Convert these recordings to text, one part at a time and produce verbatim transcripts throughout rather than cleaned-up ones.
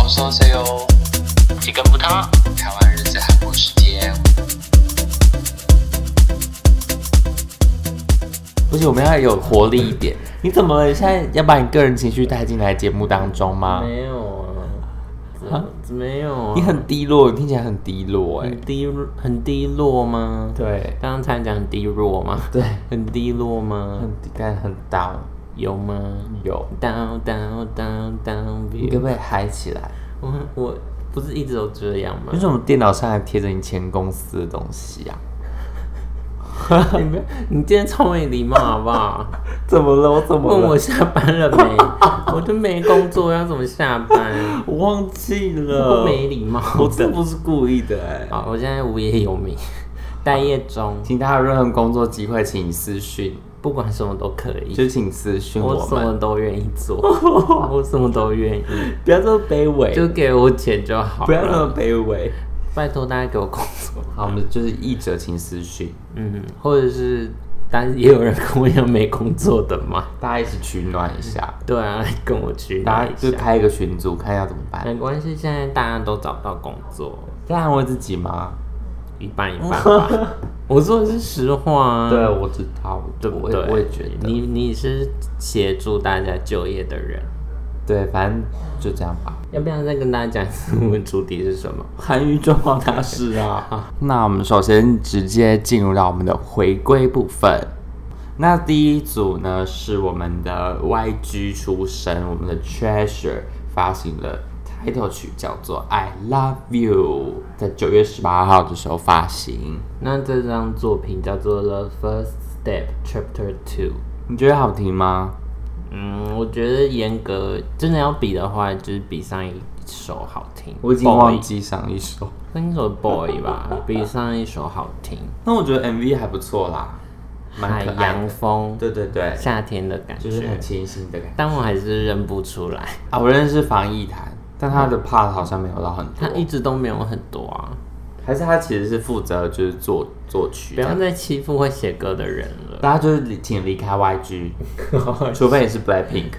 说 C O 几根葡萄， 台湾日子韩国时间。 不是，我们要有活力一点。你怎么了？你现在要把你个人情绪带进来节目当中吗？ 没有啊，没有啊。 你很低落，你听起来很低落哎、欸。 很低很低落吗？ 对， 刚刚才讲很低落吗？ 对， 很低落吗？ 很低，但很 down。 有吗？ 有 down down down down。 你可不可以嗨起来？ 我我不是一直都这样吗？ 为什么电脑上还贴着你前公司的东西啊？ 你不要，你今天超没礼貌好不好？ 怎么了？我怎么了？ 问我下班了没？我就没工作，要怎么下班？ 我忘记了。 不没礼貌， 我真的不是故意的哎、欸。 好，我现在无业游民，待业中。 请大家有任何工作机会，请私讯。 不管什么都可以， 就请私讯我们， 我什么都愿意做，我什么都愿意。 不要这么卑微， 就给我钱就好了。 不要那么卑微， 拜托大家给我工作。 好，我们就是译者请私讯， 嗯，或者是，但是也有人跟我一样没工作的嘛， 大家一起取暖一下。 对啊，来跟我取大暖一下。 家就开一个群组，看要怎么办。 没关系，现在大家都找不到工作， 在安慰自己吗？ 一半一半吧。我说的是实话啊。 对，我知道， 对不对？ 我也觉得你你是协助大家就业的人。 对，反正就这样吧。 要不要再跟大家讲我们主题是什么？ 韩语状况大事啊。那我们首先直接进入到我们的回归部分。那第一组呢是我们的 Y G 出身，我们的 Treasure 发行了title 曲叫做 I Love You， 在九月十八号的时候发行。 那这张作品叫做 The First Step Chapter Two。 你觉得好听吗？ 嗯，我觉得严格真的要比的话，就是比上一首好听。 我已经忘记上一首， 上一首 Boy 吧，比上一首好听。 那我觉得 M V 还不错啦， 海洋风， 对对对， 夏天的感觉， 就是很清新的感觉。 但我还是认不出来啊，我认识防疫谈，但他的 part 好像没有到很多， 他一直都没有很多啊。 还是他其实是负责就是作作曲， 不要再欺负会写歌的人了。 大家就是请离开 Y G， 除非你是 Blackpink。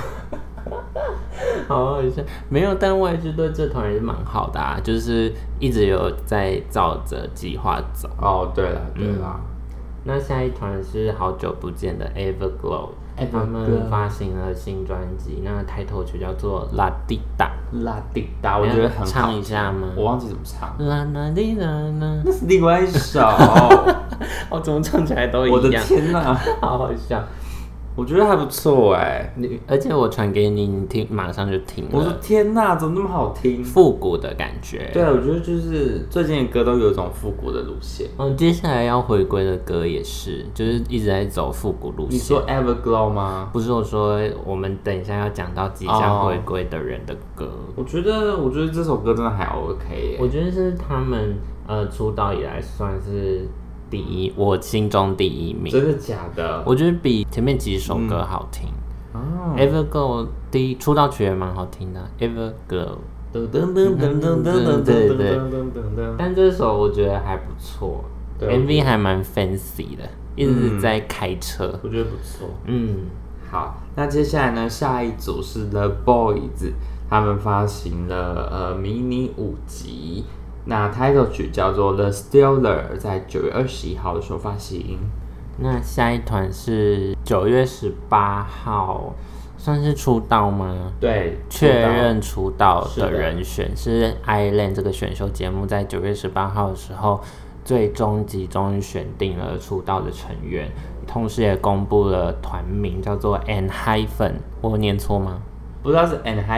好好笑，没有，但 Y G 对这团也是蛮好的啊，就是一直有在照着计划走。 哦，对了，对了、嗯， 那下一团是好久不见的 Everglow。他们发行了新专辑，那抬头曲叫做《La Di Da》。 La Di Da， 我觉得很好。 唱一下吗？ 我忘记怎么唱。 La La Di Da， 那是另外一首。 我怎么唱起来都一样。 我的天哪， 好好笑。 我觉得还不错哎、 欸，而且我传给你，你听马上就听了。 我说天哪，怎么那么好听？ 复古的感觉。 对，我觉得就是最近的歌都有一种复古的路线。 嗯，接下来要回归的歌也是，就是一直在走复古路线。 你说 Everglow 吗？ 不是，我说我们等一下要讲到即将回归的人的歌。 Oh, 我觉得，我觉得这首歌真的还 OK 耶。 我觉得是他们呃出道以来算是。第一，我心中第一名。 真的假的？ 我觉得比前面几首歌好听。哦、嗯 ，Everglow 第一出道曲也蛮好听的 ，Everglow。噔噔噔噔噔噔噔噔噔噔。但这首我觉得还不错 ，M V 还蛮 fancy 的，一直在开车、嗯， 我觉得不错。 嗯， 好，那接下来呢？下一组是 The Boys， 他们发行了呃迷你五集。那 title 曲叫做 The Stealer， 在九月二十一号的时候发行。 那下一团是九月十八号，算是出道吗？ 对， 确认出道的人选是 Island 这个选秀节目，在九月十八号的时候，最终集终于选定了出道的成员，同时也公布了团名叫做 ENHYPEN。我有念错吗？ 不知道是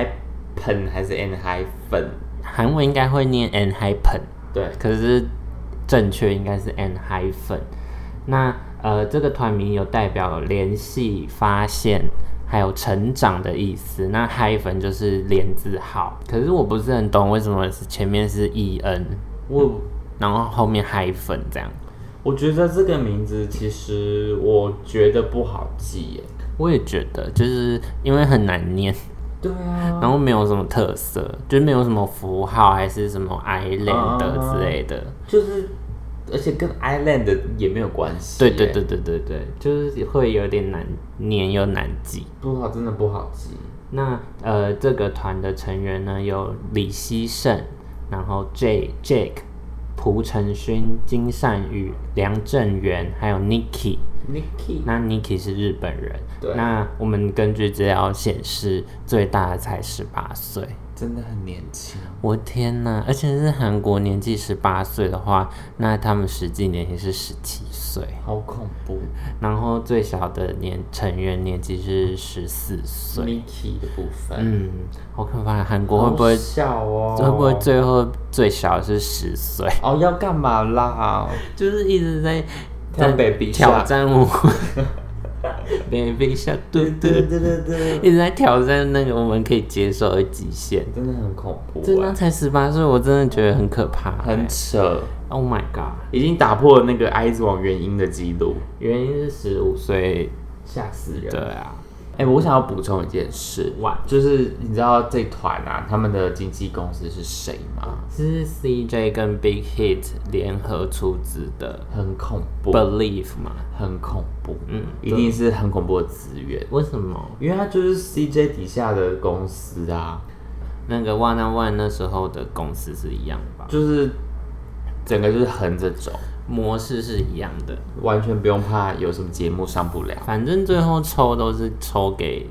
ENHYPEN 还是 ENHYPEN。 韩文应该会念 ENHYPEN， 对， 可是正确应该是 ENHYPEN。那呃，这个团名有代表联系、发现还有成长的意思。那 hyphen 就是连字号，可是我不是很懂为什么前面是 en， 我然后后面 hyphen 这样。 我觉得这个名字其实我觉得不好记耶。 我也觉得，就是因为很难念。 对啊， 然后没有什么特色，就是没有什么符号还是什么 island 之类的， 啊、就是而且跟 island 也没有关系。 对对对对对对，就是会有点难念又难记， 不好，真的不好记。 那呃，这个团的成员呢有李熙胜，然后 J Jake、蒲承勋、金善宇、梁正元，还有 Niki。Niki， 那 Niki 是日本人。 对。 那我们根据资料显示，最大的才十八岁。 真的很年轻， 我天哪！而且是韩国年纪十八岁的话，那他们实际年纪是十七岁， 好恐怖。 然后最小的年成员年纪是十四岁 ，Niki 的部分， 嗯，好可怕。韩国会不会小哦？ 会不会最后最小的是十岁？ 哦，要干嘛啦？ 就是一直在跳 baby 挑战我。baby 小嘟嘟，对对对对，一直在挑战那个我们可以接受的极限， 真的很恐怖。 真的才十八岁，我真的觉得很可怕， 很扯。 Oh my god， 已经打破了那个爱之王原因的记录， 原因是十五岁， 吓死人。 对啊。 哎、欸，我想要补充一件事，就是你知道这团啊，他们的经纪公司是谁吗？ 是 C J 跟 Big Hit 联合出资的， 很恐怖 ，Believe 嘛， 很恐怖， 嗯， 一定是很恐怖的资源。 为什么？ 因为它就是 C J 底下的公司啊， 那个 One on One 那时候的公司是一样吧？ 就是整个就是横着走。 模式是一样的， 完全不用怕有什么节目上不了。 反正最后抽都是抽给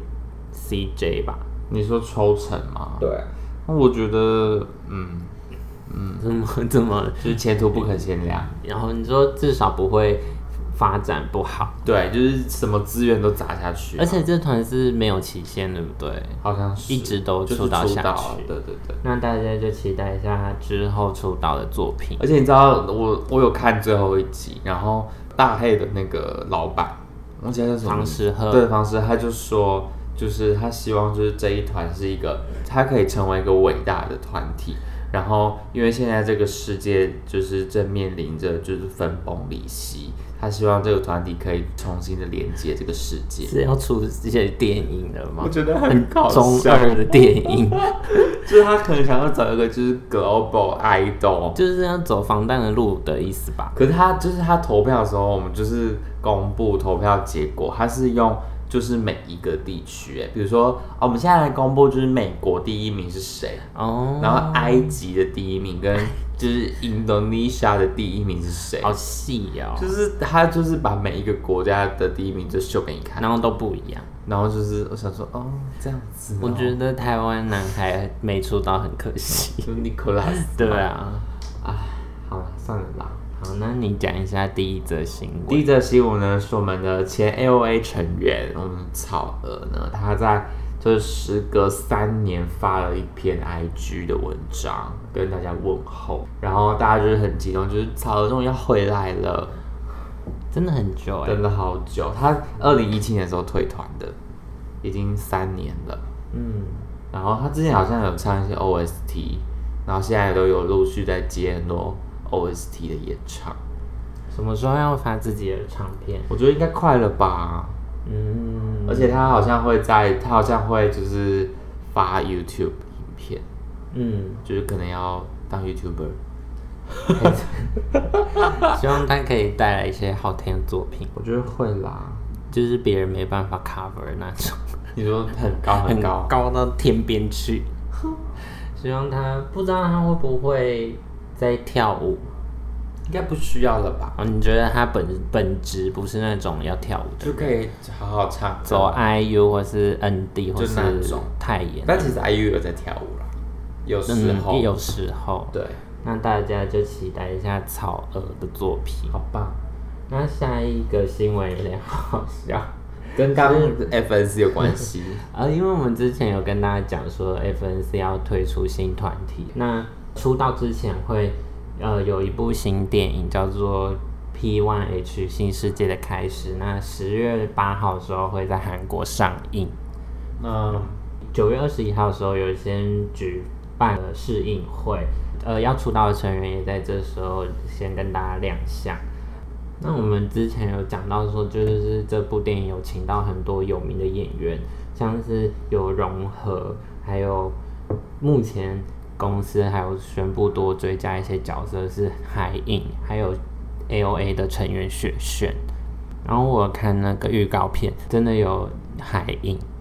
C J 吧？ 你说抽成吗？ 对。 那我觉得，嗯嗯， 怎么怎么就是前途不可限量。 然后你说至少不会发展不好， 对，就是什么资源都砸下去、啊。 而且这团是没有期限，对不对？ 好像是， 一直都出道下去。 就是、对对对。 那大家就期待一下他之后出道的作品。 而且你知道，我我有看最后一集，然后大黑的那个老板，我记得是什么？ 方时赫。 对，方时，他就说，就是他希望就是这一团是一个，他可以成为一个伟大的团体。然后，因为现在这个世界就是正面临着就是分崩离析，他希望这个团体可以重新的连接这个世界。 是要出这些电影的吗？ 我觉得很搞笑，中二的电影， 就是他可能想要找一个就是 global idol， 就是要走防弹的路的意思吧。 可是他就是他投票的时候，我们就是公布投票结果，他是用。就是每一个地区，哎，比如说，哦，我们现在来公布，就是美国第一名是谁，哦，然后埃及的第一名跟就是印度尼西亚的第一名是谁， 好细哦， 就是他就是把每一个国家的第一名就秀给你看， 然后都不一样， 然后就是我想说，哦，这样子， 我觉得台湾男孩没出道很可惜， 就 Nicholas， 对啊， 哎，好了，算了啦。 好，那你讲一下第一则新闻。 第一则新闻呢，是我们的前 A O A 成员，我们草娥呢，他在就是时隔三年发了一篇 I G 的文章，跟大家问候，然后大家就是很激动，就是草娥终于要回来了， 真的很久哎、欸， 等了好久。他二零一七年的时候退团的，已经三年了。嗯，然后他之前好像有唱一些 O S T， 然后现在都有陆续在接很多。O S T 的演唱， 什么时候要发自己的唱片？ 我觉得应该快了吧。嗯，而且他好像会在，他好像会就是发 YouTube 影片。嗯，就是可能要当 YouTuber。 希望他可以带来一些好听的作品。 我觉得会啦， 就是别人没办法 cover 那种。 你说很高很高， 很高到天边去。希望他不知道他会不会。在跳舞， 应该不需要了吧？ 哦，你觉得他本本质不是那种要跳舞的， 就可以好好唱， 走 I U 或是 N D 或是泰妍。 但其实 I U 有在跳舞啦，有时候， 嗯、有时候。 对， 那大家就期待一下草娥的作品， 好棒。 那下一个新闻有点好笑， 跟刚刚 F N C 有关系啊，因为我们之前有跟大家讲说 F N C 要推出新团体，那。出道之前会，呃，有一部新电影叫做 P 一 H 新世界的开始。那十月八号的时候会在韩国上映。嗯，九月二十一号的时候有先举办了试映会，呃，要出道的成员也在这时候先跟大家亮相。那我们之前有讲到说，就是这部电影有请到很多有名的演员，像是有融合，还有目前。公司还有宣布多追加一些角色是海印，还有 A O A 的成员雪炫。然后我看那个预告片，真的有海印，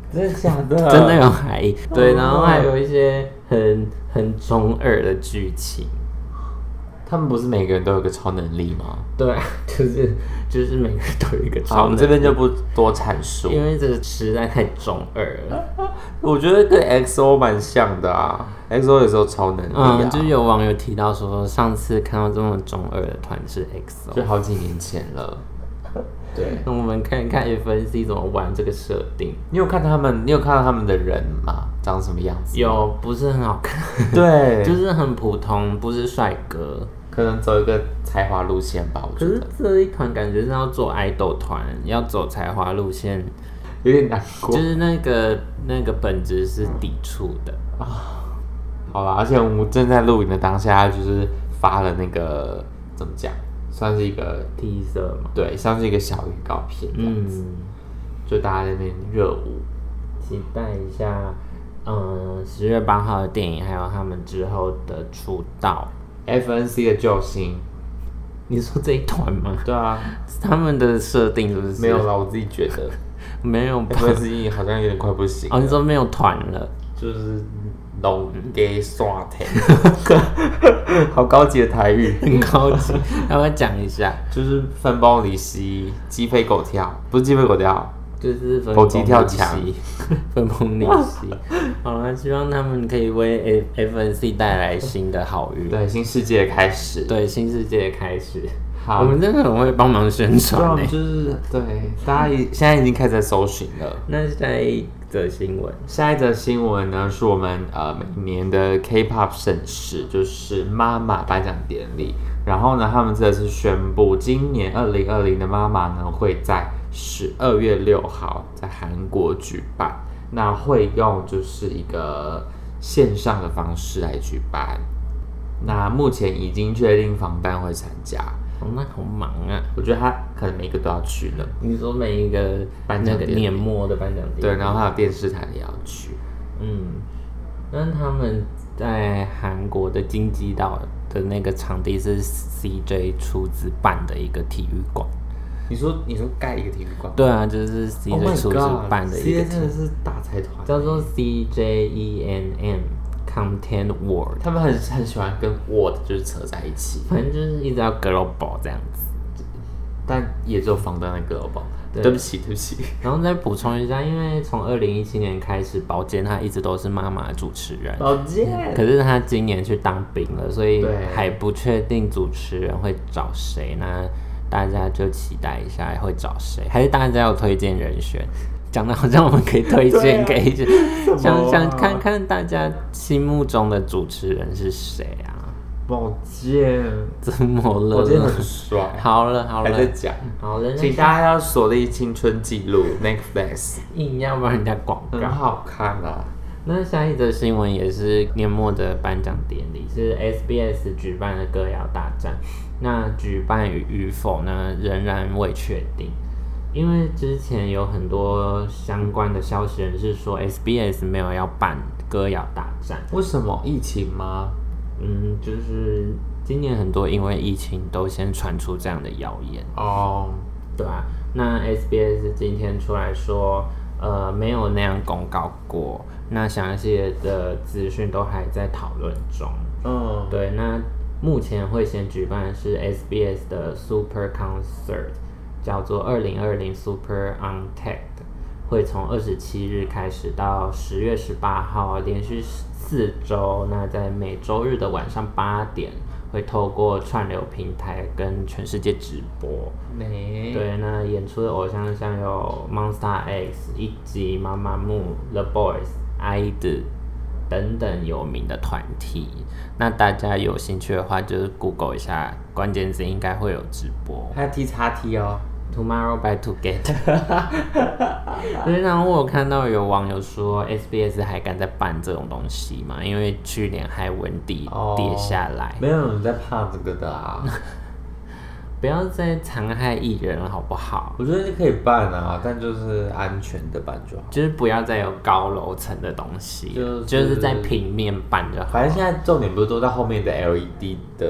真的假的？ 真的有海印。对， 哦然后还有一些很很中二的剧情。 他们不是每个人都有个超能力吗？ 对啊，就是就是每个人都有一个超能力。 好，我们这边就不多阐述， 因为这个实在太中二了。 我觉得跟 X O 蛮像的啊 ，X O 有时候超能力啊， 嗯，就是有网友提到说，上次看到这么中二的团是 X O， 就好几年前了。对， 那我们看一看 F N C 怎么玩这个设定。 你有看他们？你有看到他们的人吗？长什么样子？ 有，不是很好看。 对， 就是很普通，不是帅哥。 可能走一个才华路线吧，我觉得。 可是这一团感觉是要做爱豆团，要走才华路线， 有点难过。 就是那个那个本质是抵触的啊。好啦，而且我们正在录影的当下，就是发了那个怎么讲，算是一个 teaser 嘛， 对，像是一个小预告片这样子，嗯、就大家在那边热舞， 期待一下，嗯，十月八号的电影，还有他们之后的出道。 F N C 的救星， 你说这一团吗？ 对啊， 他们的设定是不是？ 没有啦，我自己觉得没有吧。 F N C 好像有点快不行了。 哦，你说没有团了， 就是龙给刷天，好高级的台语， 很高级。要不要讲一下？ 就是分崩离析，鸡飞狗跳，不是鸡飞狗跳。 就是分狗急跳墙， 分崩离析。好了，希望他们可以为 F N C 带来新的好运。 对，新世界的开始。 对，新世界的开始。 好， 我们真的很会帮忙宣传、欸。 就是对，大家现在已经开始在搜寻了。 那下一则新闻， 下一则新闻呢，是我们呃每年的 K-pop 盛事，就是妈妈颁奖典礼。然后呢，他们这次宣布，今年二零二零的妈妈呢会在十二月六号在韩国举办，那会用就是一个线上的方式来举办。那目前已经确定防弹会参加。 哦，那好忙啊！ 我觉得他可能每一个都要去了。 你说每一个颁奖典礼，年末的颁奖典礼， 对，然后还有电视台也要去。 嗯，那他们在韩国的京畿道的那个场地是 C J 出资办的一个体育馆。 你说你说盖一个体育馆？ 对啊，就是 C J 出资办的一个体育馆， C J 真的是大财团， 叫做 C J E N M。Content World， 他们很很喜欢跟 World 就是扯在一起， 反正就是一直要 Global 这样子， 但也只有防弹的 Global。对不起，对不起。 然后再补充一下，因为从二零一七年开始，宝剑他一直都是妈妈的主持人， 宝剑， 可是他今年去当兵了，所以还不确定主持人会找谁，那大家就期待一下会找谁，还是大家有推荐人选？讲的好像我们可以推荐给一些，啊、想想看看大家心目中的主持人是谁啊？ 宝剑怎么了？ 宝剑很帅。 好了好了， 还在讲。 好了， 请大家要锁定青春纪录 Netflix， 硬要帮人家广告， 很好看啊。 那下一则新闻也是年末的颁奖典礼，是 S B S 举办的歌谣大战。那举办与与否呢，仍然未确定。因为之前有很多相关的消息人士说 S B S 没有要办歌谣大战， 为什么？疫情吗？ 嗯，就是今年很多因为疫情都先传出这样的谣言哦， oh. 对啊，那 S B S 今天出来说，呃，没有那样公告过，那详细的资讯都还在讨论中。嗯，对，那目前会先举办的是 S B S 的 Super Concert。叫做二零二零 Super Untapped， 会从二十七日开始到十月十八号，连续四周。那在每周日的晚上八点，会透过串流平台跟全世界直播。对，那演出的偶像像有 Monster X、一级、妈妈木、The Boys、I D O 等等有名的团体。那大家有兴趣的话，就是 Google 一下关键字，应该会有直播。 还有 T X T 哦。 Tomorrow by Together， 对，然后我有看到有网友说 S B S 还敢再办这种东西嘛？因为去年海文底跌下来， 没有人在怕这个的啊！ 不要再残害艺人了，好不好？ 我觉得可以办啊，但就是安全的办就好， 就是不要再有高楼层的东西，就是、就是在平面办就好。 反正现在重点不是都在后面的 L E D 的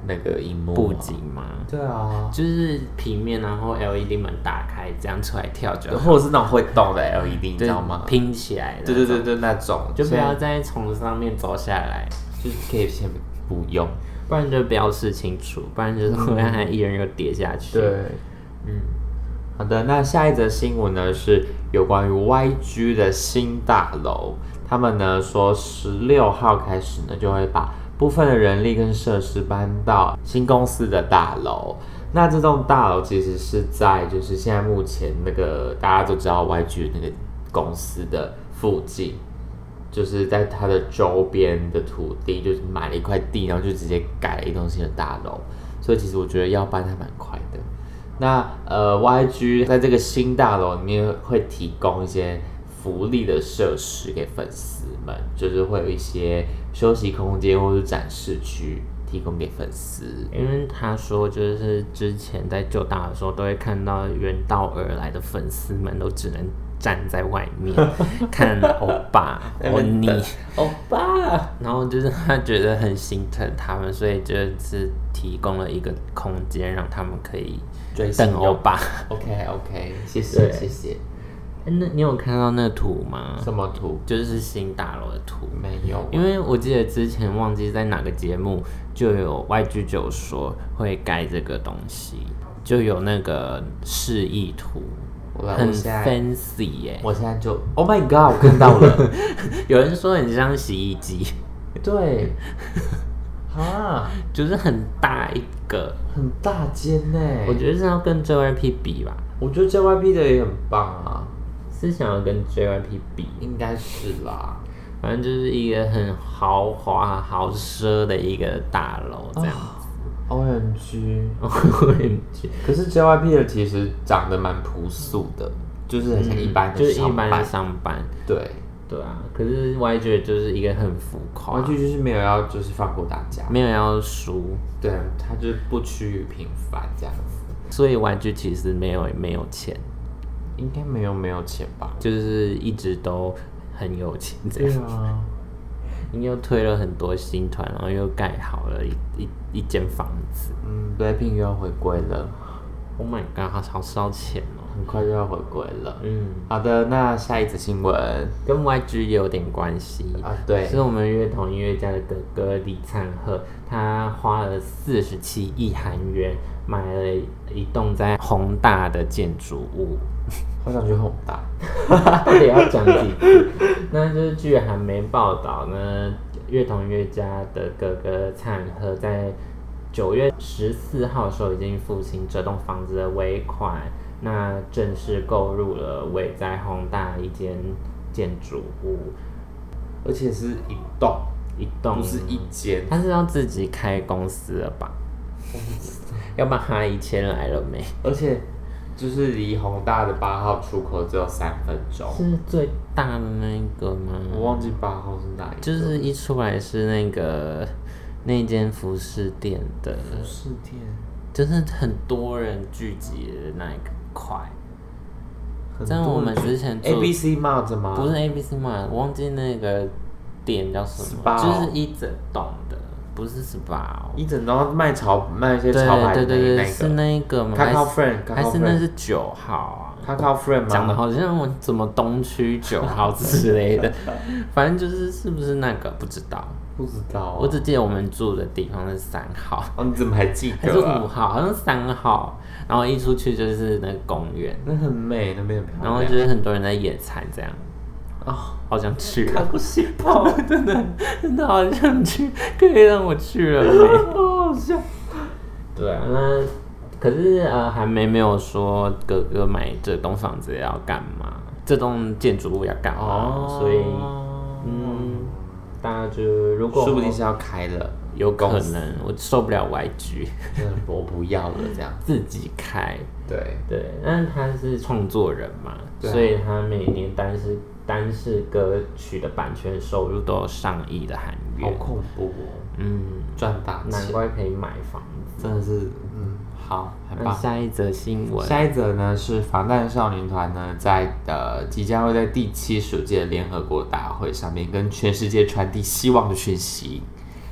那个荧幕、啊、 布景吗？ 对啊， 就是平面，然后 L E D 门打开，这样出来跳就好， 或者是那种会动的 L E D， 你知道吗？ 拼起来的， 对对对对，那种就不要再从上面走下来， 就是可以先不用， 不然就标示清楚，不然就是会让他一人又跌下去。 对，嗯。好的，那下一则新闻呢是有关于 Y G 的新大楼，他们呢说十六号开始呢就会把部分的人力跟设施搬到新公司的大楼。那这栋大楼其实是在就是现在目前那个大家都知道 Y G 那个公司的附近，就是在它的周边的土地，就是买了一块地，然后就直接盖了一栋新的大楼。所以其实我觉得要搬还蛮快的。那呃 ，Y G 在这个新大楼里面会提供一些福利的设施给粉丝们，就是会有一些休息空间或是展示区提供给粉丝。 因为他说，就是之前在旧大的时候，都会看到远道而来的粉丝们都只能站在外面看欧巴、欧尼、 欧巴， 然后就是他觉得很心疼他们，所以就是提供了一个空间让他们可以等欧巴。 OK OK， 谢谢谢谢。 那你有看到那图吗？ 什么图？ 就是新大楼的图。 没有， 因为我记得之前忘记在哪个节目就有 Y G 就有说会盖这个东西，就有那个示意图。很 fancy 耶、欸！ 我现在就 ，Oh my god， 我看到了。 有人说很像洗衣机， 对，哈， 就是很大一个， 很大间呢。 我觉得是要跟 J Y P 比吧。 我觉得 J Y P 的也很棒啊， 是想要跟 J Y P 比， 应该是啦。 反正就是一个很豪华、豪奢的一个大楼这样子。 O M G，O M G， 可是 J Y P 的其实长得蛮朴素的，就是很像一般的上班、嗯， 就是一般的上班。 对对啊，可是 Y G 就是一个很浮夸 ，Y G 就是没有要就是放过大家， 没有要输， 对，他就是不趋于平凡这样子。 所以 Y G 其实没有没有钱， 应该没有没有钱吧？ 就是一直都很有钱这样。 对啊。 又推了很多新团，然后又盖好了一一一间房子。 嗯 ，Blackpink 又要回归了。 Oh my god， 好烧钱哦！ 很快就要回归了。 嗯， 好的，那下一则新闻跟 Y G 也有点关系啊，对， 是我们乐童音乐家的哥哥李灿赫，他花了四十七亿韩元买了一栋在弘大的建筑物。 好想去弘大， 到底要讲几次？那就是据韩媒报道呢，乐童乐家的哥哥灿赫在九月十四号的时候已经付清这栋房子的尾款，那正式购入了位在弘大一间建筑物， 而且是一栋一栋， 不是一间。 他是要自己开公司了吧？要不然他一签来了没？ 而且。就是离弘大的八号出口只有三分钟， 是最大的那一个吗？ 我忘记八号是哪一个， 就是一出来是那个那间服饰店的服饰店， 就是很多人聚集的那一块。在我们之前 A B C Mart 吗？ 不是 A B C Mart， 我忘记那个店叫什么，就是一整栋的。不是十八， 一整栋卖潮卖一些潮牌的那个， 对对对，是那一个吗？ Kakao Friend， 还是那是九号啊 ？Kakao Friend 吗？ 讲的好像我怎么东区九号之类的，反正就是是不是那个不知道， 不知道、啊。 我只记得我们住的地方是三号。 哦，你怎么还记得、啊？ 还是五号？好像三号。然后一出去就是那个公园， 那很美，那边很漂亮。 然后就是很多人在野餐这样。哦，好想去了， 不喜泡， 真的真的好想去，可以让我去了没？ 好笑。 对啊，那可是呃，还没没有说哥哥买这栋房子要干嘛，这栋建筑物要干嘛，哦、所以嗯，大家就如果说不定是要开了， 有可能我受不了 Y G， 我不要了这样， 自己开。 对对， 但他是创作人嘛，啊、所以他每年单是。单是歌曲的版权收入都有上亿的韩元， 好恐怖哦！嗯，赚大钱， 难怪可以买房子， 真的是，嗯，好，很棒。 下一则新闻， 下一则呢是防弹少年团呢在呃即将会在第七十届联合国大会上面跟全世界传递希望的讯息。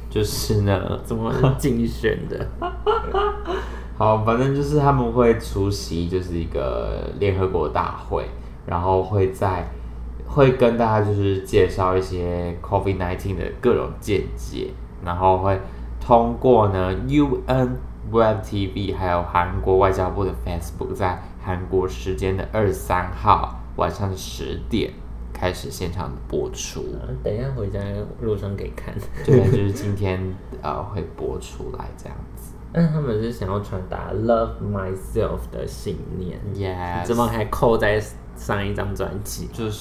就是呢， 怎么是竞选的？ 好，反正就是他们会出席，就是一个联合国大会，然后会在会跟大家就是介绍一些 COVID 十九 的各种见解，然后会通过呢 U N Web T V 还有韩国外交部的 Facebook， 在韩国时间的二十三号晚上十点开始现场的播出。 等一下回家路上可以看。 对，就是今天呃会播出来这样子。 但是他们是想要传达 love myself 的信念 Yes， 怎么还扣在上一张专辑？ 就是、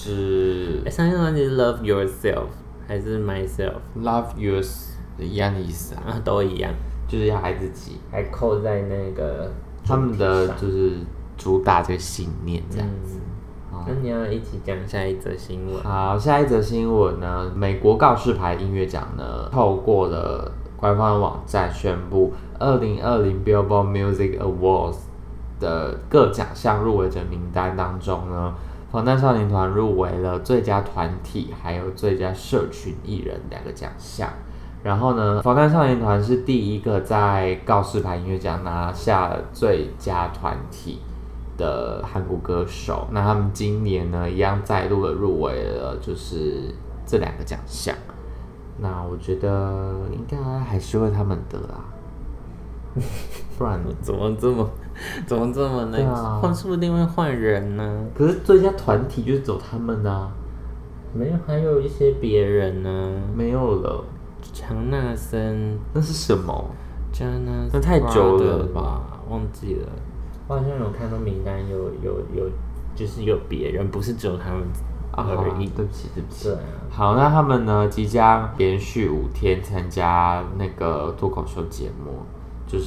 欸、上一张专辑是 love yourself 还是 myself？ love yours 一样的意思啊， 啊，都一样， 就是要爱自己， 还扣在那个他们的就是主打这个信念这样子。 嗯、那你要一起讲下一则新闻。 好，下一则新闻呢，美国告示牌音乐奖呢，透过了官方网站宣布，二零二零 Billboard Music Awards 的各奖项入围者名单当中呢，防弹少年团入围了最佳团体还有最佳社群艺人两个奖项。然后呢，防弹少年团是第一个在告示牌音乐奖拿下最佳团体的韩国歌手。那他们今年呢，一样再度的入围了，就是这两个奖项。那我觉得应该还是会他们得啦，不然怎么这么怎么这么那个？换、啊、说不定会换人呢、啊。 可是最佳团体就是走他们啊， 没有，还有一些别人呢、啊， 没有了。 强纳森， 那是什么？ 强纳森， 那太久了吧？ 忘记了。我好像有看到名单有，有有有，就是有别人，不是只有他们而已。 啊、对不起，对不起。 对啊。 好，那他们呢，即将连续五天参加那个脱口秀节目，就是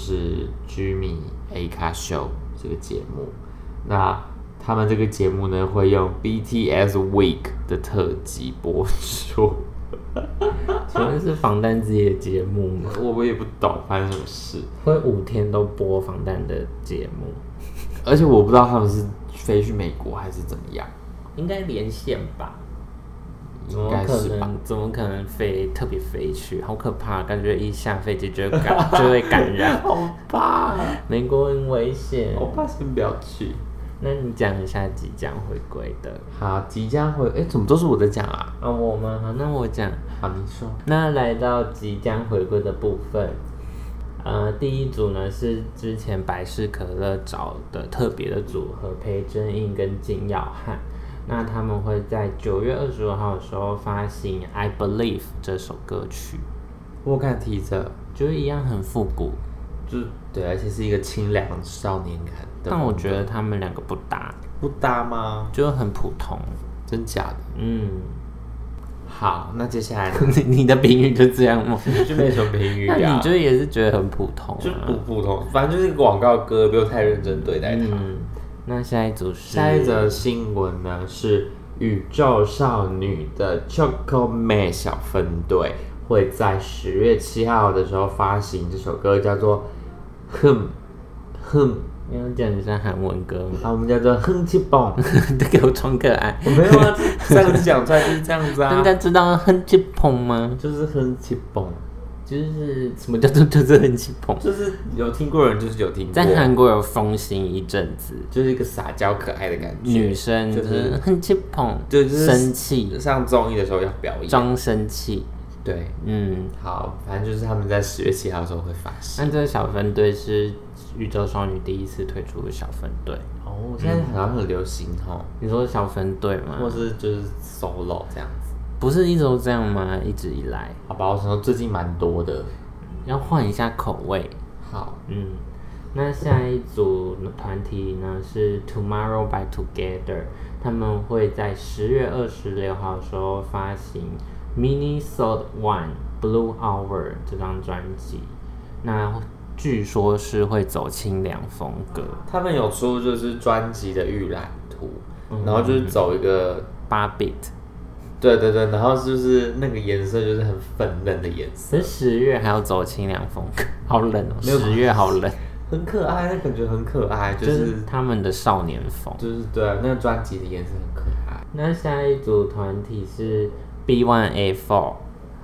Jimmy A 卡秀这个节目。那他们这个节目呢，会用 B T S Week 的特辑播出。 请问是防弹自己的节目吗？ 我我也不懂发生什么事， 会五天都播防弹的节目， 而且我不知道他们是飞去美国还是怎么样， 应该连线吧？ 应该是吧？ 怎么可能飞特别飞去？好可怕，感觉一下飞机就会感就会感染， 好怕！ 美国很危险， 好怕，先不要去。 那你讲一下即将回归的。 好，即将回，哎，怎么都是我在讲啊？ 啊、哦，我吗？好，那我讲。 好，你说。 那来到即将回归的部分，呃，第一组呢是之前百事可乐找的特别的组合，裴真印跟金耀汉。那他们会在九月二十五号的时候发行《I Believe》这首歌曲。 我看提着， 就是一样很复古。 就是对，而且是一个清凉少年感的。 但我觉得他们两个不搭， 不搭吗？ 就很普通， 真假的？ 嗯。 好，那接下来你的评语就这样吗？ 就没什么评语啊。 那你就也是觉得很普通、啊， 就普普通，反正就是一个广告歌，不用太认真对待它。 嗯。那下一组是下一则新闻呢，是宇宙少女的 Chocomate 小分队会在十月七号的时候发行这首歌，叫做。哼哼， 你要讲一下韩文歌吗？ 啊，我们叫做哼七蹦， 都给我装可爱。 我没有啊，这样子讲出来就是这样子啊。 大家知道哼七蹦吗？ 就是哼七蹦， 就是什么叫做就是哼七蹦？ 就是有听过的人就是有听过， 在韩国有风行一阵子， 就是一个撒娇可爱的感觉。 女生就是哼七蹦， 就是生气， 上综艺的时候要表演， 装生气。 对， 嗯， 好，反正就是他们在十月七号的时候会发行。 那这个小分队是宇宙少女第一次推出的小分队哦，现在好像很流行哦。 你说小分队吗？ 或是就是 solo 这样子？ 不是一直都这样吗？一直以来？ 好吧，我想说最近蛮多的， 要换一下口味。 好， 嗯，那下一组团体呢是 Tomorrow by Together， 他们会在十月二十六号的时候发行。Minnesota One Blue Hour 这张专辑，那据说是会走清凉风格。 他们有出就是专辑的预览图， 嗯、 然后就是走一个八 bit， 对对对，然后就是那个颜色就是很粉嫩的颜色。 可是十月还要走清凉风格，好冷哦！十月好冷， 很可爱，那感觉很可爱，就是, 就是他们的少年风， 就是对啊，那个专辑的颜色很可爱。 那下一组团体是。B one A four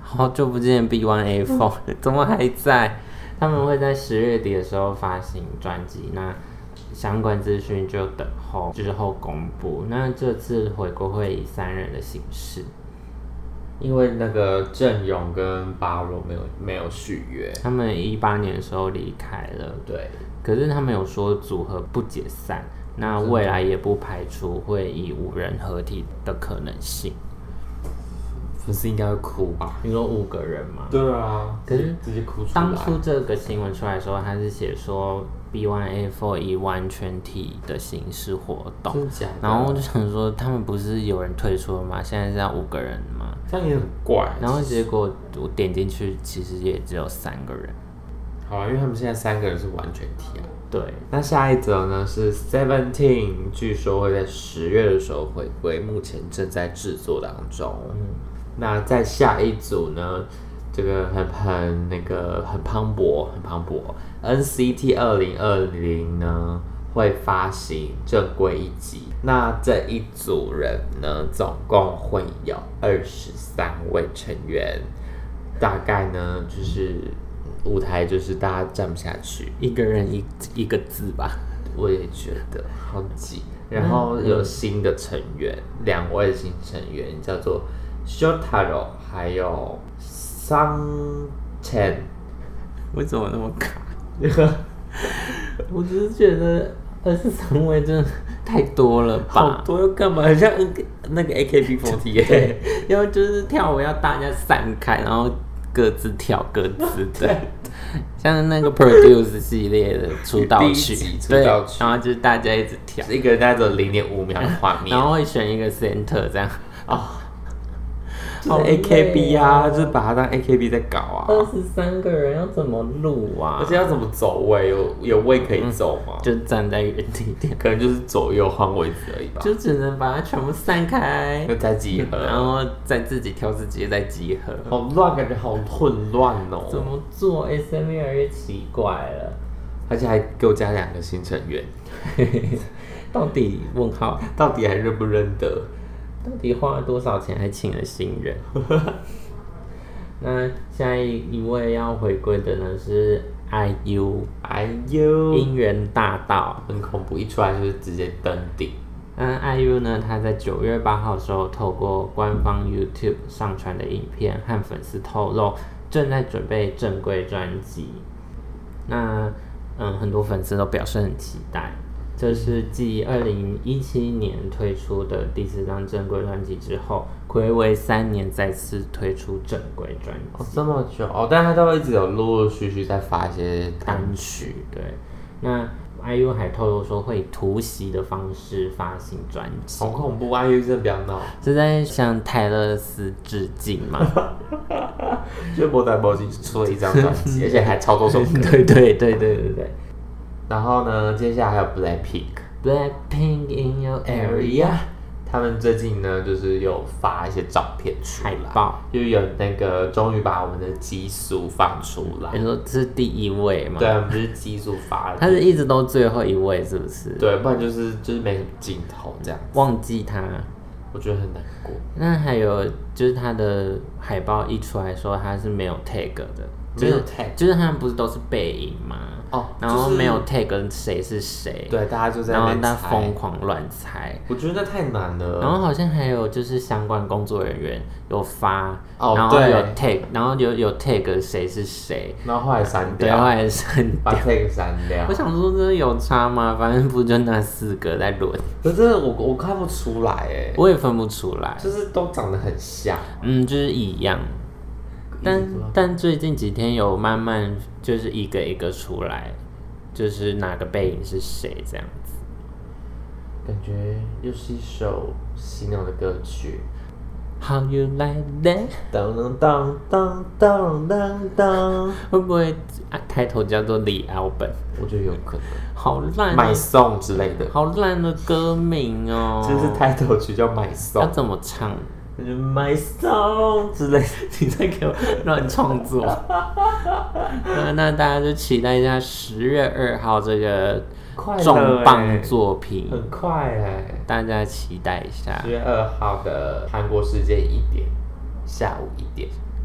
好久不见 B 一 A 四 怎么还在？他们会在十月底的时候发行专辑，那相关资讯就等候之后公布。那这次回归会以三人的形式， 因为那个郑勇跟巴罗没有没有续约， 他们一八年的时候离开了， 对， 可是他们有说组合不解散，那未来也不排除会以五人合体的可能性。 粉丝应该会哭吧？ 你说五个人吗？ 对啊， 可是直接哭出来。 当初这个新闻出来的时候，他是写说 B 一 A 四 以完全体的形式活动， 真的假的？ 然后我就想说，他们不是有人退出了吗？现在是要五个人吗？ 这样也很怪。 然后结果我点进去，其实也只有三个人。 好啊，因为他们现在三个人是完全体啊。 对， 那下一则呢是 Seventeen， 据说会在十月的时候回归，目前正在制作当中。嗯，那在下一组呢，这个很很那个很磅礴，很磅礴 ，N C T 二零二零呢会发行正规一集。那这一组人呢，总共会有二十三位成员，大概呢就是舞台就是大家站不下去， 一个人一一个字吧。 我也觉得好挤。然后有新的成员，两、嗯、位新成员叫做 Shotaro 还有 Sun-Chen。 为什么那么卡？我只是觉得二十三位真的太多了吧？ 好多要干嘛？很像那个 A K B 四十八， 对，然后就是跳舞要大家散开，然后各自跳各自的。像那个 Produce 系列的出道曲， 出道曲， 然后就是大家一直跳， 一个人带着零点五秒的画面， 然后会选一个 center 这样啊， 就是 A K B 啊，就是把它当 A K B 在搞啊。 二十三个人要怎么录啊？ 而且要怎么走位？有有位可以走吗？ 嗯、就站在原地点， 可能就是左右换位置而已吧。 就只能把它全部散开， 又再集合， 然后再自己挑自己再集合。 好乱，感觉好混乱哦。 怎么做 ？S M 越来越奇怪了， 而且还给我加两个新成员， 到底问号？ 到底还认不认得？ 到底花了多少钱还请了新人？那下一位要回归的呢是 I U，I U 音源大道， 很恐怖，一出来就是直接登顶。 那 I U 呢，他在九月八号的时候，透过官方 YouTube 上传的影片和粉丝透露，正在准备正规专辑。那嗯，很多粉丝都表示很期待。这是继二零一七年推出的第四张正规专辑之后，睽违三年再次推出正规专辑。 哦，这么久哦，但他都一直有陆陆续续在发一些单曲。 对，那 I U 还透露说会以突袭的方式发行专辑。 好恐怖 ！I U 真的不要闹， 是在向泰勒斯致敬吗？ 就波代波基出了一张专辑，而且还超多首歌。 对对对对对对。 然后呢，接下来还有 Blackpink，Blackpink in your area， 他们最近呢就是有发一些照片出来， 海报， 就有那个终于把我们的激素放出来。 你说这是第一位吗？ 对，我们就是激素发的。 他是一直都最后一位，是不是？ 对，不然就是就是没什么镜头这样。 忘记他， 我觉得很难过。 那还有就是他的海报一出来说他是没有 tag 的， 没有 tag， 就是他们不是都是背影吗？ 哦， 然后没有 tag 谁是谁， 对，大家就在那边猜， 然后大家疯狂乱猜。 我觉得那太难了。 然后好像还有就是相关工作人员有发， 哦、 然后有 tag， 然后有有 tag 谁是谁， 然后后来删掉， 对，后来删掉， 把 tag 删掉。 我想说，真的有差吗？反正不就那四个在轮。 可是我我看不出来哎， 我也分不出来， 就是都长得很像， 嗯，就是一样。但但最近几天有慢慢就是一个一个出来，就是哪个背影是谁这样子。 感觉又是一首洗脑的歌曲。 How you like that？ 当当当当当当， 会不会开头叫做李敖本？ 我觉得有可能。 好烂、 买送之类的， 好烂的歌名哦。 就是开头曲叫买送， 要怎么唱？ 就买送之类的， 你在给我乱创作。那那大家就期待一下十月二号这个重磅作品， 很快哎， 大家期待一下。 十月二号的韩国时间一点，下午一点。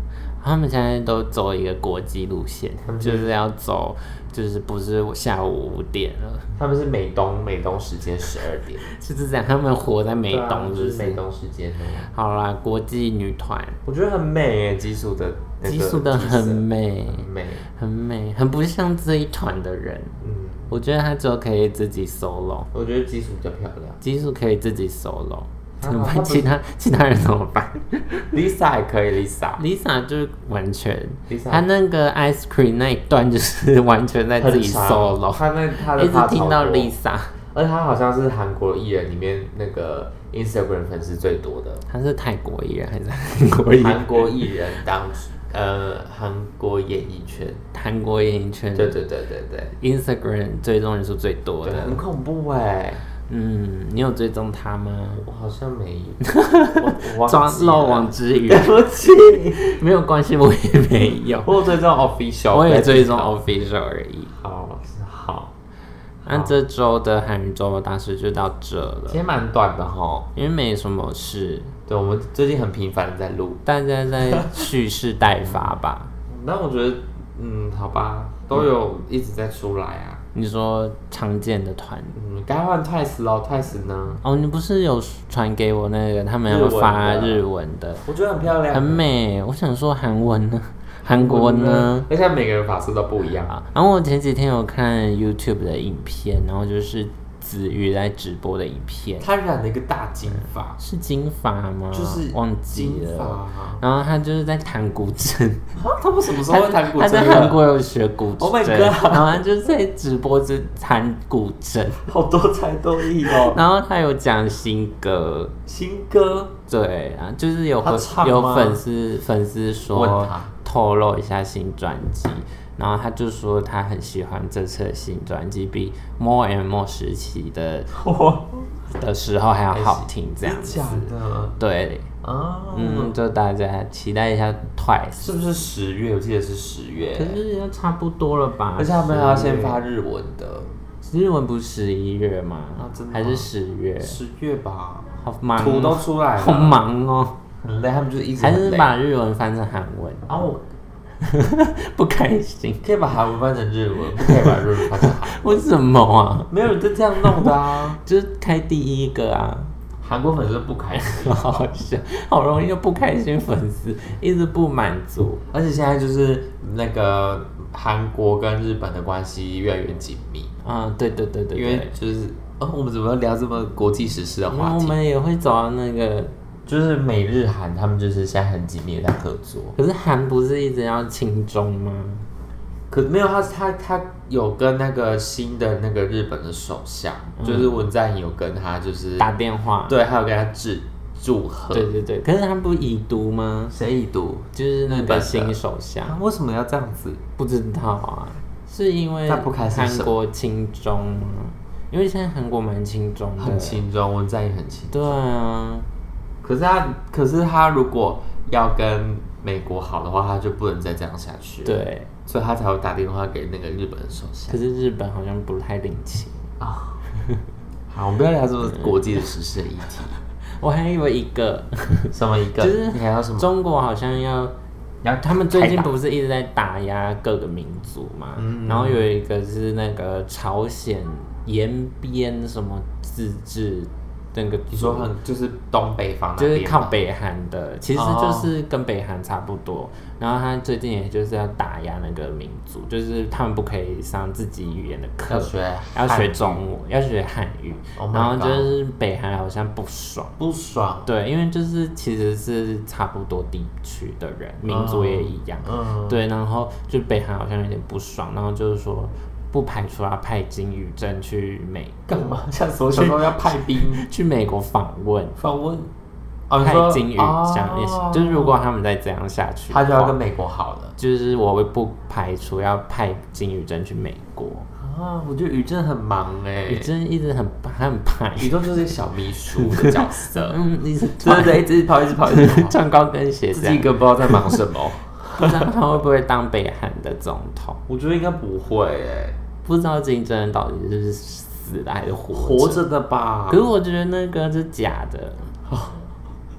他们现在都走一个国际路线，就是要走，就是不是下午五点了。 他们是美东美东时间十二点， 就是这样，他们活在美东， 啊、 是不是美东时间。 好啦，国际女团， 我觉得很美诶，基础的、那个， 基础的很美， 很美， 很美，很不像这一团的人。嗯，我觉得他只有可以自己 solo。 我觉得基础比较漂亮， 基础可以自己 solo。怎么办？其他其他人怎么办 ？Lisa 也可以 ，Lisa。 Lisa 就是完全，她那个 Ice Cream 那一段就是完全在自己 solo。 她那她的一直听到 Lisa， 而且她好像是韩国艺人里面那个 Instagram 粉丝最多的。 她是泰国艺人还是韩国艺人？ 韩国艺人当呃韩国演艺圈， 韩国演艺圈， 对对对对对 ，Instagram 追踪人数最多的， 很恐怖哎。 嗯，你有追踪他吗？ 我好像没有， 抓漏网之鱼。 对不起， 没有关系，我也没有。 我有追踪 official， 我也追踪 official 而已。 好，好。 那这周的韩语周末大事就到这了。 今天蛮短的哈， 因为没什么事。 对，我们最近很频繁的在录， 大家在蓄势待发吧。 那我觉得，嗯，好吧，都有一直在出来啊。 你说常见的团， 嗯，该换 Twice 咯 ，Twice 呢？ 哦，你不是有传给我那个他们要发日文的？ 我觉得很漂亮， 很美。我想说韩文呢，韩国呢？ 而且每个人发色都不一样啊。然后我前几天有看 YouTube 的影片，然后就是子瑜在直播的影片， 他染了一个大金发， 是金发吗？ 就是忘记了。 啊、 然后他就是在弹古筝， 他们什么时候会弹古筝？ 他在韩国有学古筝 ，Oh my god！ 然后他就在直播之弹古筝， 好多才多艺哦。 然后他有讲新歌， 新歌对啊，就是有有粉丝粉丝说透露一下新专辑。然后他就说他很喜欢这次的新专辑，比 More and More 时期的的时候还要好听，这样子。 假的？ 对啊，嗯，就大家期待一下 Twice， 是不是十月？我记得是十月， 可是要差不多了吧？ 而且他们还要先发日文的， 日文不是十一月吗？ 啊，真的还是十月？ 十月吧， 好忙、哦， 图都出来了， 好忙哦， 很累，他们就是一直还是把日文翻成韩文， 然后。 不开心， 可以把韩文翻成日文，不可以把日文翻成韩文。为什么啊？ 没有人就这样弄的啊， 就是开第一个啊。 韩国粉丝不开心， 好好笑，好容易就不开心，粉丝一直不满足。 而且现在就是那个韩国跟日本的关系越来越紧密。 啊，对对对对， 因为就是哦，我们怎么聊这么国际时事的话题？ 我们也会走到那个。 就是美日韩，他们就是现在很紧密的在合作。 可是韩不是一直要亲中吗？ 可没有他，他他有跟那个新的那个日本的首相，嗯、就是文在寅有跟他就是打电话， 对，还有跟他致祝贺。 对对对，可是他不已读吗？ 谁已读？ 就是那个新首相。 为什么要这样子？ 不知道啊，是因为韩国亲中吗？因为现在韩国蛮亲中的， 很亲中，文在寅很亲中。 对啊。 可是他，可是他如果要跟美国好的话，他就不能再这样下去。 对， 所以他才会打电话给那个日本的首相。 可是日本好像不太领情啊。好，我们不要聊这么国际的时事的议题。 我还以为一个什么一个？ 就是你还有什么？ 中国好像要，然后他们最近不是一直在打压各个民族嘛？嗯、然后有一个是那个朝鲜延边什么自治。那个你说很就是东北方， 就是靠北韩的，其实就是跟北韩差不多。Oh. 然后他最近也就是要打压那个民族，就是他们不可以上自己语言的课， 要学要学中文，要学汉语。 Oh、 然后就是北韩好像不爽， 不爽， 对，因为就是其实是差不多地区的人，民族也一样，嗯，对，然后就北韩好像有点不爽，然后就是说。不排除要派金宇镇去美国干嘛？像我小时候要派兵去美国访问， 访问， 哦、派金宇这样也、哦、就是如果他们再这样下去， 他就要跟美国好了。 就是我会不排除要派金宇镇去美国啊。我觉得宇镇很忙哎、欸， 宇镇一直很他很派， 宇镇就是一个小秘书的角色， 嗯，一直对对，一直跑，一直跑，一直跑， 穿高跟鞋， 自己一个不知道在忙什么。 不知道他会不会当北韩的总统？ 我觉得应该不会哎、欸。 不知道金正恩到底是死的还是活着？ 活着的吧。 可是我觉得那个是假的。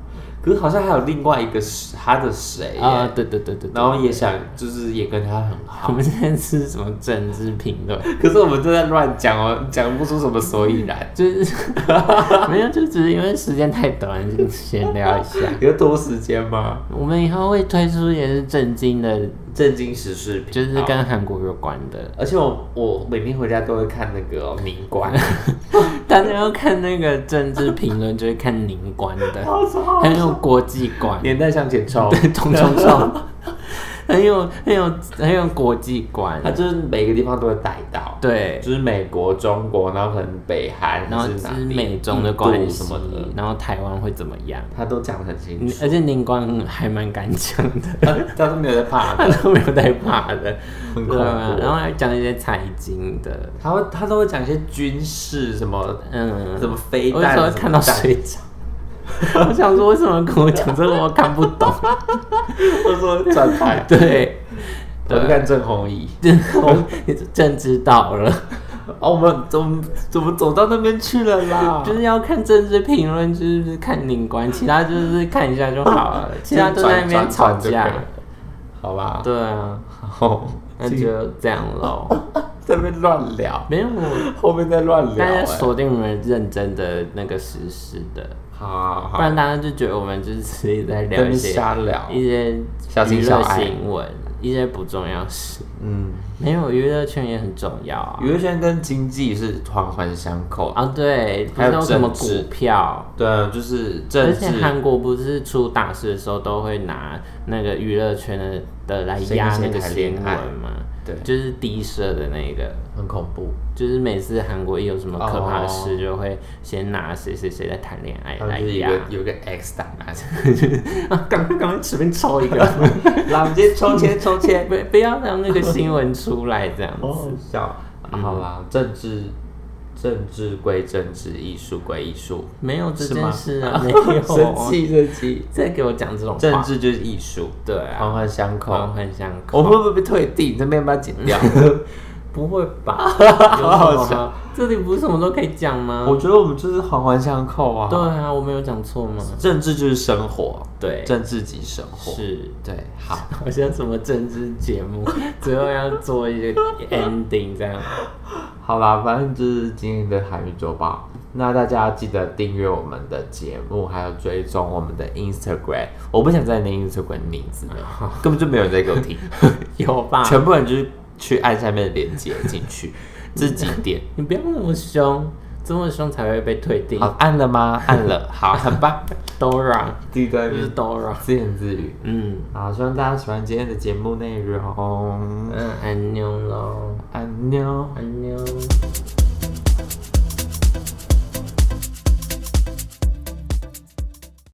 可是好像还有另外一个是他的谁啊？对对对对， 然后也想就是也跟他很好。 我们现在是什么政治评论？ 可是我们都在乱讲哦，讲不出什么所以然。 就是没有，就只是因为时间太短，就闲聊一下。 有多时间吗？ 我们以后会推出也是震惊的。 震惊时事频， 就是跟韩国有关的， 而且我我每天回家都会看那个哦宁官， 大家要看那个政治评论就会看宁官的，很有国际观， 年代向前冲， 对，冲冲冲，很有很有很有国际观， 他就是每个地方都会带到， 对， 就是美国、中国，然后可能北韩， 然后是美中的关系什么的，然后台湾会怎么样， 他都讲得很清楚， 而且宁官还蛮敢讲的， 他都没有在怕的， 他都没有在怕的， 很恐怖。 然后还讲一些财经的， 他会他都会讲一些军事什么，嗯，什么飞弹， 我有时候看到睡着。我想说，为什么跟我讲这个我看不懂？ 我说转台， 对， 我就看郑弘仪， 你真知道了。 哦，我们怎么怎么走到那边去了啦？ 就是要看政治评论，就是看宁官，其他就是看一下就好了，其他都在那边吵架， 好吧？ 对啊，好，那就这样喽。 在那边乱聊， 没有， 后面在乱聊， 大家锁定我们认真的那个实事的。 好好好， 不然大家就觉得我们就是一直在聊一些瞎聊一些娱乐新闻，一些不重要事。嗯，没有，娱乐圈也很重要啊。 娱乐圈跟经济是环环相扣啊。对，还有什么股票？ 对啊，就是政治。 而且韩国不是出大事的时候都会拿那个娱乐圈的的来压那个新闻吗？对，就是低设的那个， 很恐怖。 就是每次韩国一有什么可怕的事，就会先拿谁谁谁在谈恋爱来压。 有一个 X 档案， 啊，刚刚刚随便抽一个， 来，我们今天抽签抽签， 不不要让那个新闻出来这样子。 好笑。好啦，政治。政治归政治，艺术归艺术， 没有这件事啊，没有。 生气生气， 再给我讲这种话。 政治就是艺术， 对啊， 环环相扣， 环环相扣。 我会不会被退订？这边要不要剪掉？ 不会吧？好笑，这里不是什么都可以讲吗？ 我觉得我们就是环环相扣啊。 对啊，我没有讲错吗？ 政治就是生活， 对， 政治即生活， 是， 对。好， 好像什么政治节目，最后要做一个 ending 这样。 好啦，反正就是今天的韩语周报。那大家记得订阅我们的节目，还有追踪我们的 Instagram。我不想再念 Instagram 名字了，根本就没有人在给我听。 有吧？ 全部人就是去按下面的链接进去，自己点。 你不要那么凶，这么凶才会被退订。 好，按了吗？按了，好，很棒。 Dora， 对对， 就是 Dora， 自言自语。嗯，好，希望大家喜欢今天的节目内容。 嗯，安妞喽， 安妞， 安妞。